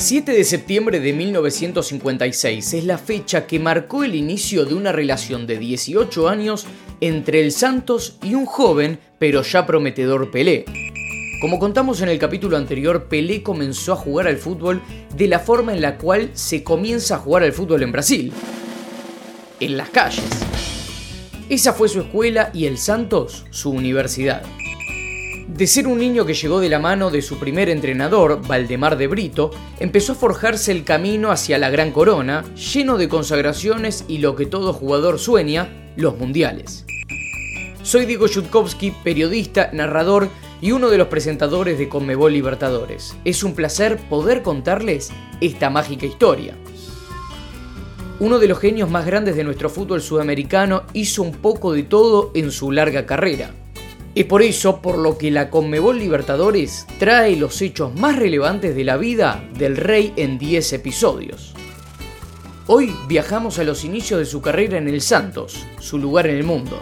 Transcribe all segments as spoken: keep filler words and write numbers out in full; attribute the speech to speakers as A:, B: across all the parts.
A: siete de septiembre de mil novecientos cincuenta y seis es la fecha que marcó el inicio de una relación de dieciocho años entre el Santos y un joven pero ya prometedor Pelé. Como contamos en el capítulo anterior, Pelé comenzó a jugar al fútbol de la forma en la cual se comienza a jugar al fútbol en Brasil, en las calles. Esa fue su escuela y el Santos su universidad. De ser un niño que llegó de la mano de su primer entrenador, Valdemar de Brito, empezó a forjarse el camino hacia la gran corona, lleno de consagraciones y lo que todo jugador sueña, los mundiales. Soy Diego Jutkowski, periodista, narrador y uno de los presentadores de Conmebol Libertadores. Es un placer poder contarles esta mágica historia. Uno de los genios más grandes de nuestro fútbol sudamericano hizo un poco de todo en su larga carrera. Es por eso por lo que la Conmebol Libertadores trae los hechos más relevantes de la vida del Rey en diez episodios. Hoy viajamos a los inicios de su carrera en el Santos, su lugar en el mundo.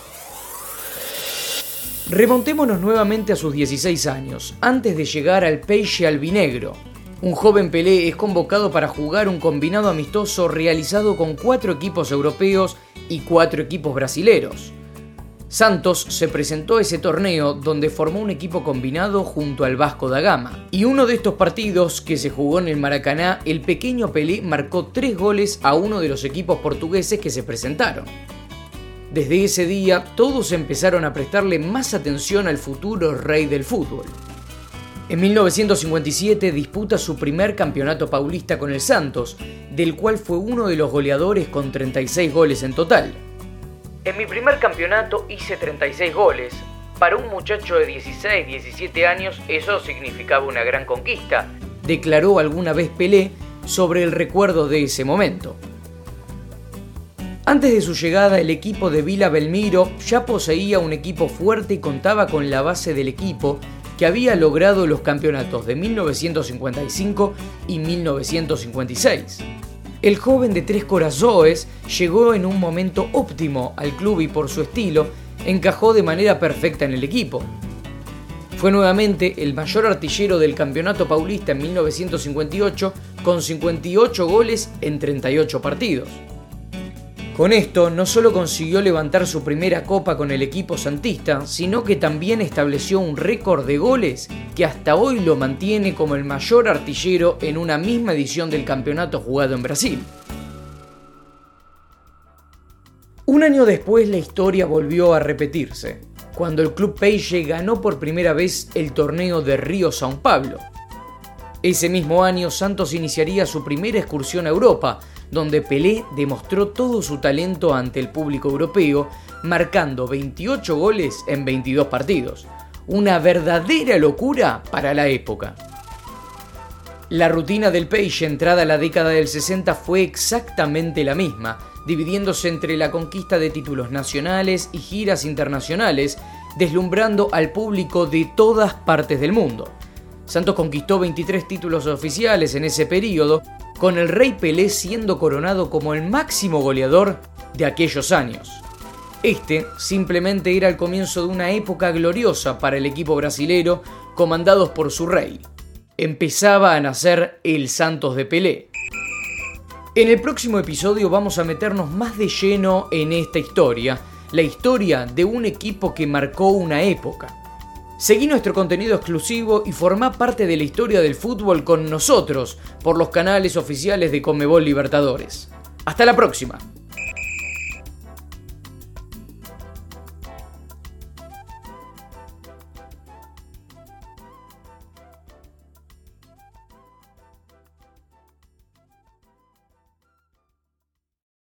A: Remontémonos nuevamente a sus dieciséis años, antes de llegar al Peixe Albinegro. Un joven Pelé es convocado para jugar un combinado amistoso realizado con cuatro equipos europeos y cuatro equipos brasileros. Santos se presentó a ese torneo donde formó un equipo combinado junto al Vasco da Gama. Y uno de estos partidos que se jugó en el Maracaná, el pequeño Pelé marcó tres goles a uno de los equipos portugueses que se presentaron. Desde ese día todos empezaron a prestarle más atención al futuro rey del fútbol. En mil novecientos cincuenta y siete disputa su primer campeonato paulista con el Santos, del cual fue uno de los goleadores con treinta y seis goles en total. En mi primer campeonato hice treinta y seis goles. Para un muchacho de dieciséis, diecisiete años eso significaba una gran conquista, declaró alguna vez Pelé sobre el recuerdo de ese momento. Antes de su llegada, el equipo de Vila Belmiro ya poseía un equipo fuerte y contaba con la base del equipo que había logrado los campeonatos de mil novecientos cincuenta y cinco y mil novecientos cincuenta y seis. El joven de Tres Corazoes llegó en un momento óptimo al club y por su estilo encajó de manera perfecta en el equipo. Fue nuevamente el mayor artillero del campeonato paulista en mil novecientos cincuenta y ocho con cincuenta y ocho goles en treinta y ocho partidos. Con esto no solo consiguió levantar su primera copa con el equipo santista, sino que también estableció un récord de goles que hasta hoy lo mantiene como el mayor artillero en una misma edición del campeonato jugado en Brasil. Un año después la historia volvió a repetirse, cuando el club Peixe ganó por primera vez el torneo de Río-São Paulo. Ese mismo año Santos iniciaría su primera excursión a Europa, donde Pelé demostró todo su talento ante el público europeo, marcando veintiocho goles en veintidós partidos. Una verdadera locura para la época. La rutina del Peixe entrada a la década del sesenta fue exactamente la misma, dividiéndose entre la conquista de títulos nacionales y giras internacionales, deslumbrando al público de todas partes del mundo. Santos conquistó veintitrés títulos oficiales en ese periodo, con el Rey Pelé siendo coronado como el máximo goleador de aquellos años. Este simplemente era el comienzo de una época gloriosa para el equipo brasilero, comandados por su rey. Empezaba a nacer el Santos de Pelé. En el próximo episodio vamos a meternos más de lleno en esta historia, la historia de un equipo que marcó una época. Seguí nuestro contenido exclusivo y formá parte de la historia del fútbol con nosotros por los canales oficiales de Conmebol Libertadores. ¡Hasta la próxima!